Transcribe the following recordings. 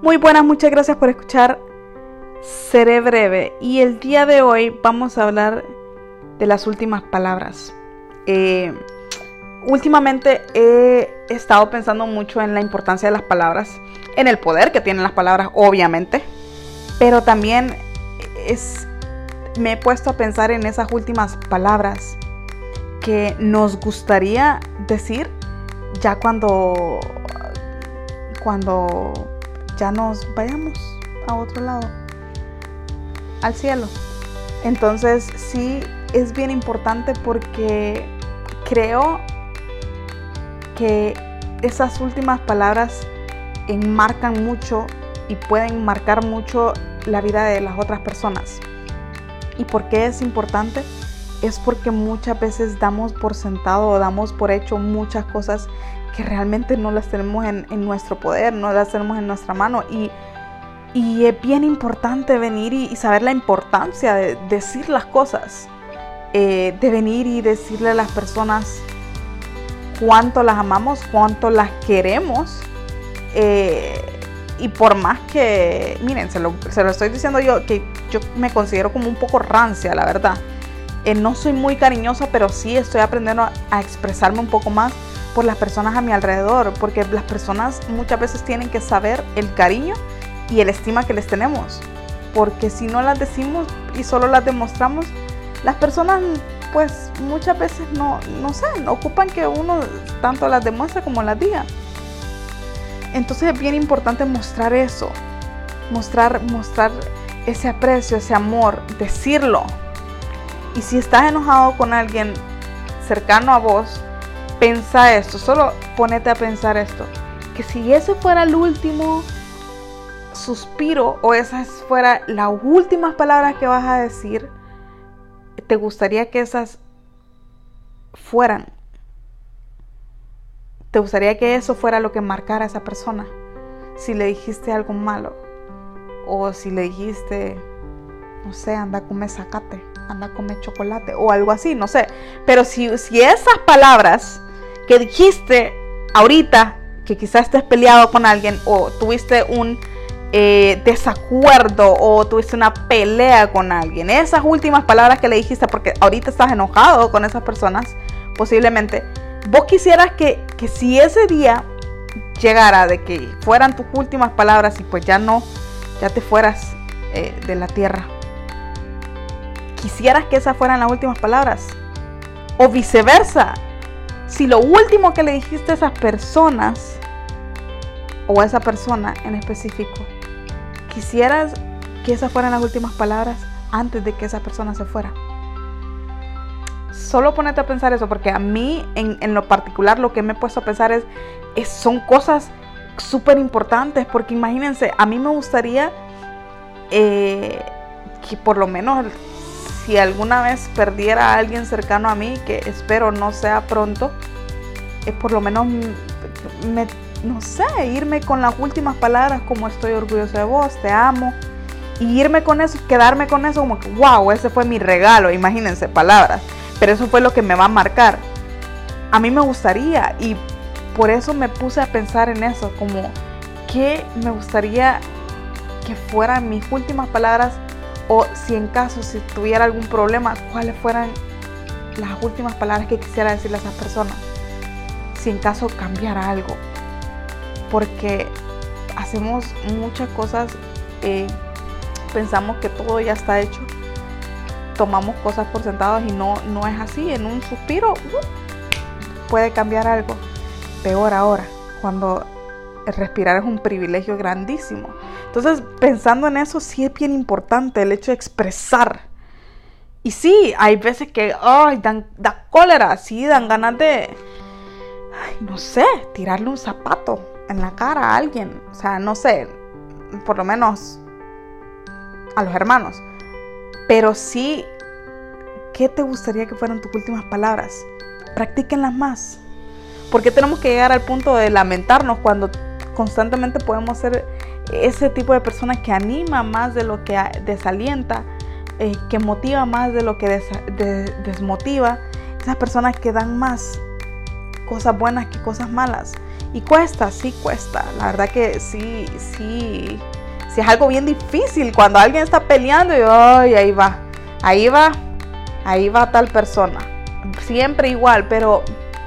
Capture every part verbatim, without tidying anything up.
Muy buenas, muchas gracias por escuchar. Seré breve y el día de hoy vamos a hablar de las últimas palabras. Eh, últimamente he estado pensando mucho en la importancia de las palabras, en el poder que tienen las palabras, obviamente, pero también es, me he puesto a pensar en esas últimas palabras que nos gustaría decir ya cuando, cuando ya nos vayamos a otro lado, al cielo. Entonces sí es bien importante porque creo que esas últimas palabras enmarcan mucho y pueden marcar mucho la vida de las otras personas. ¿Y por qué es importante? Es porque muchas veces damos por sentado o damos por hecho muchas cosas que realmente no las tenemos en, en nuestro poder, no las tenemos en nuestra mano. Y, y es bien importante venir y, y saber la importancia de decir las cosas, eh, de venir y decirle a las personas cuánto las amamos, cuánto las queremos. Eh, y por más que, miren, se lo, se lo estoy diciendo yo, que yo me considero como un poco rancia, la verdad. Eh, no soy muy cariñosa, pero sí estoy aprendiendo a, a expresarme un poco más por las personas a mi alrededor, porque las personas muchas veces tienen que saber el cariño y el estima que les tenemos, porque si no las decimos y solo las demostramos, las personas pues muchas veces no, no sé, ocupan que uno tanto las demuestre como las diga. Entonces es bien importante mostrar eso, mostrar, mostrar ese aprecio, ese amor, decirlo. Y si estás enojado con alguien cercano a vos, piensa esto, solo ponete a pensar esto, que si ese fuera el último suspiro o esas fueran las últimas palabras que vas a decir, te gustaría que esas fueran, te gustaría que eso fuera lo que marcara a esa persona, si le dijiste algo malo o si le dijiste, no sé, anda a comer zacate, anda a comer chocolate o algo así, no sé, pero si, si esas palabras que dijiste ahorita, que quizás estés peleado con alguien o tuviste un eh, desacuerdo o tuviste una pelea con alguien, esas últimas palabras que le dijiste porque ahorita estás enojado con esas personas, posiblemente vos quisieras que, que si ese día llegara de que fueran tus últimas palabras y pues ya no, ya te fueras eh, de la tierra, quisieras que esas fueran las últimas palabras o viceversa. Si lo último que le dijiste a esas personas o a esa persona en específico, quisieras que esas fueran las últimas palabras antes de que esa persona se fuera. Solo ponete a pensar eso, porque a mí en, en lo particular lo que me he puesto a pensar es, es son cosas súper importantes, porque imagínense, a mí me gustaría eh, que por lo menos si alguna vez perdiera a alguien cercano a mí, que espero no sea pronto, es por lo menos, me, no sé, irme con las últimas palabras como estoy orgulloso de vos, te amo, y irme con eso, quedarme con eso como que wow, ese fue mi regalo, imagínense, palabras, pero eso fue lo que me va a marcar. A mí me gustaría, y por eso me puse a pensar en eso, como que me gustaría que fueran mis últimas palabras. O si en caso, si tuviera algún problema, cuáles fueran las últimas palabras que quisiera decirle a esas personas. Si en caso cambiara algo. Porque hacemos muchas cosas, eh, pensamos que todo ya está hecho. Tomamos cosas por sentados y no, no es así. En un suspiro uh, puede cambiar algo. Peor ahora, cuando el respirar es un privilegio grandísimo. Entonces, pensando en eso, sí es bien importante el hecho de expresar. Y sí, hay veces que ay, dan, da cólera, sí, dan ganas de, ay, no sé, tirarle un zapato en la cara a alguien. O sea, no sé, por lo menos a los hermanos. Pero sí, ¿qué te gustaría que fueran tus últimas palabras? Practíquenlas más. ¿Por qué tenemos que llegar al punto de lamentarnos cuando constantemente podemos ser ese tipo de personas que anima más de lo que desalienta, eh, que motiva más de lo que des, de, desmotiva, esas personas que dan más cosas buenas que cosas malas? Y cuesta, sí cuesta. La verdad que sí, sí, sí es algo bien difícil cuando alguien está peleando y ay, ahí va, ahí va, ahí va tal persona. Siempre igual, pero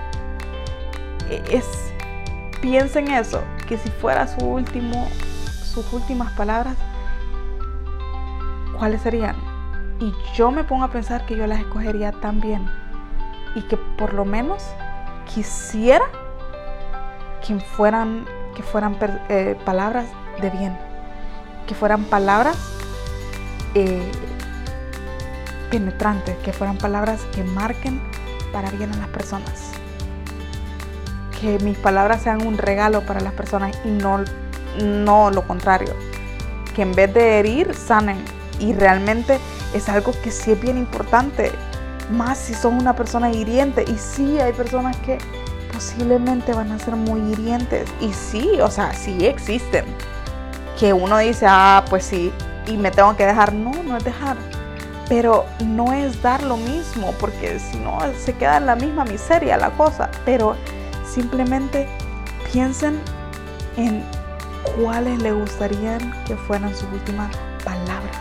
es, piensa en eso, que si fuera su último, sus últimas palabras, ¿cuáles serían? Y yo me pongo a pensar que yo las escogería también y que por lo menos quisiera que fueran, que fueran eh, palabras de bien, que fueran palabras eh, penetrantes, que fueran palabras que marquen para bien a las personas, que mis palabras sean un regalo para las personas y no, no lo contrario, que en vez de herir, sanen. Y realmente es algo que sí es bien importante, más si son una persona hiriente. Y sí, hay personas que posiblemente van a ser muy hirientes. Y sí, o sea, sí existen. Que uno dice, ah, pues sí, y me tengo que dejar. No, no es dejar. Pero no es dar lo mismo, porque si no se queda en la misma miseria la cosa. Pero simplemente piensen en cuáles le gustarían que fueran sus últimas palabras.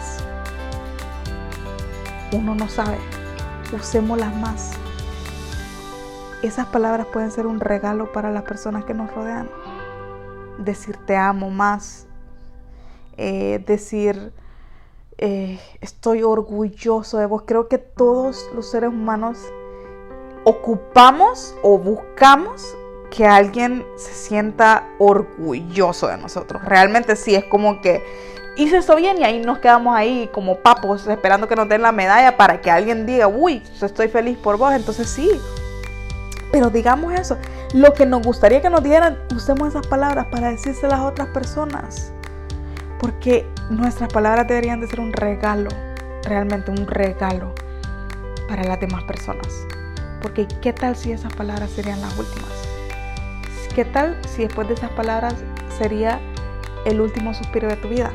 Uno no sabe, usémoslas más. Esas palabras pueden ser un regalo para las personas que nos rodean. Decir te amo más, eh, decir eh, estoy orgulloso de vos. Creo que todos los seres humanos ocupamos o buscamos que alguien se sienta orgulloso de nosotros. Realmente sí, es como que hice eso bien y ahí nos quedamos ahí como papos esperando que nos den la medalla para que alguien diga, uy, estoy feliz por vos. Entonces sí, pero digamos eso, lo que nos gustaría que nos dieran, usemos esas palabras para decírselas a otras personas, porque nuestras palabras deberían de ser un regalo, realmente un regalo para las demás personas. Porque ¿qué tal si esas palabras serían las últimas? ¿Qué tal si después de esas palabras sería el último suspiro de tu vida?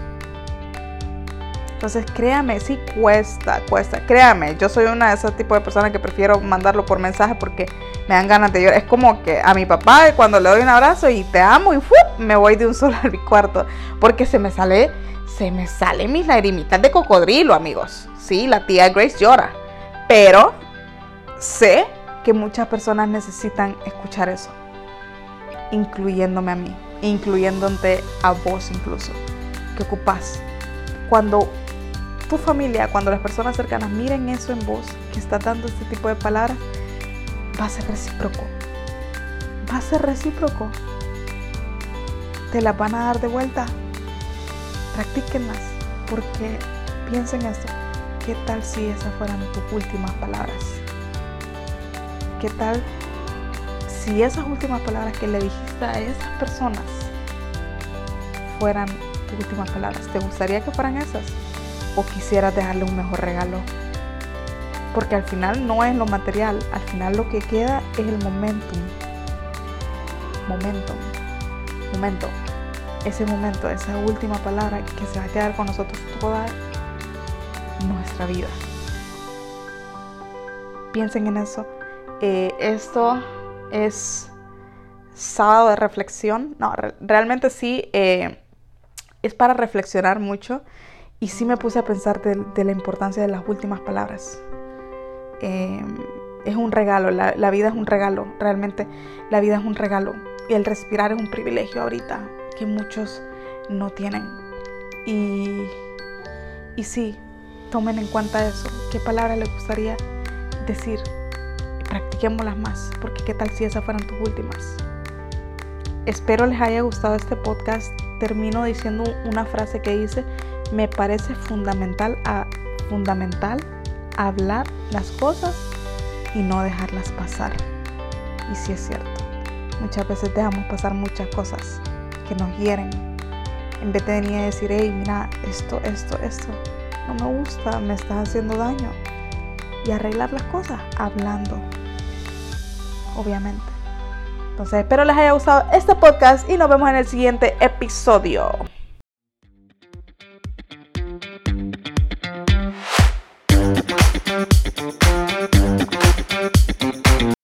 Entonces créame, sí cuesta, cuesta, créame, yo soy una de esos tipos de personas que prefiero mandarlo por mensaje porque me dan ganas de llorar. Es como que a mi papá cuando le doy un abrazo y te amo y ¡fup! Me voy de un solo a mi cuarto, porque se me sale, se me salen mis lagrimitas de cocodrilo, amigos. Sí, la tía Grace llora, pero sé que muchas personas necesitan escuchar eso, incluyéndome a mí, incluyéndote a vos incluso, que ocupás. Cuando tu familia, cuando las personas cercanas miren eso en vos, que estás dando este tipo de palabras, va a ser recíproco. Va a ser recíproco. Te las van a dar de vuelta. Practíquenlas, porque piensen esto. ¿Qué tal si esas fueran tus últimas palabras? ¿Qué tal si esas últimas palabras que le dijiste a esas personas fueran tus últimas palabras? ¿Te gustaría que fueran esas? ¿O quisieras dejarle un mejor regalo? Porque al final no es lo material, al final lo que queda es el momentum. Momentum. Momento. Ese momento, esa última palabra que se va a quedar con nosotros toda nuestra vida. Piensen en eso. Eh, esto es sábado de reflexión. No, re- realmente sí, eh, es para reflexionar mucho. Y sí me puse a pensar de, de la importancia de las últimas palabras. Eh, es un regalo, la, la vida es un regalo, realmente la vida es un regalo. Y el respirar es un privilegio ahorita que muchos no tienen. Y, y sí, tomen en cuenta eso. ¿Qué palabras les gustaría decir? Practiquémoslas más, porque qué tal si esas fueran tus últimas. Espero les haya gustado este podcast. Termino diciendo una frase que dice: me parece fundamental, a, fundamental hablar las cosas y no dejarlas pasar. Y sí es cierto, muchas veces dejamos pasar muchas cosas que nos hieren, en vez de venir a decir, hey, mira, esto, esto, esto no me gusta, me está haciendo daño, y arreglar las cosas hablando, obviamente. Entonces espero les haya gustado este podcast y nos vemos en el siguiente episodio.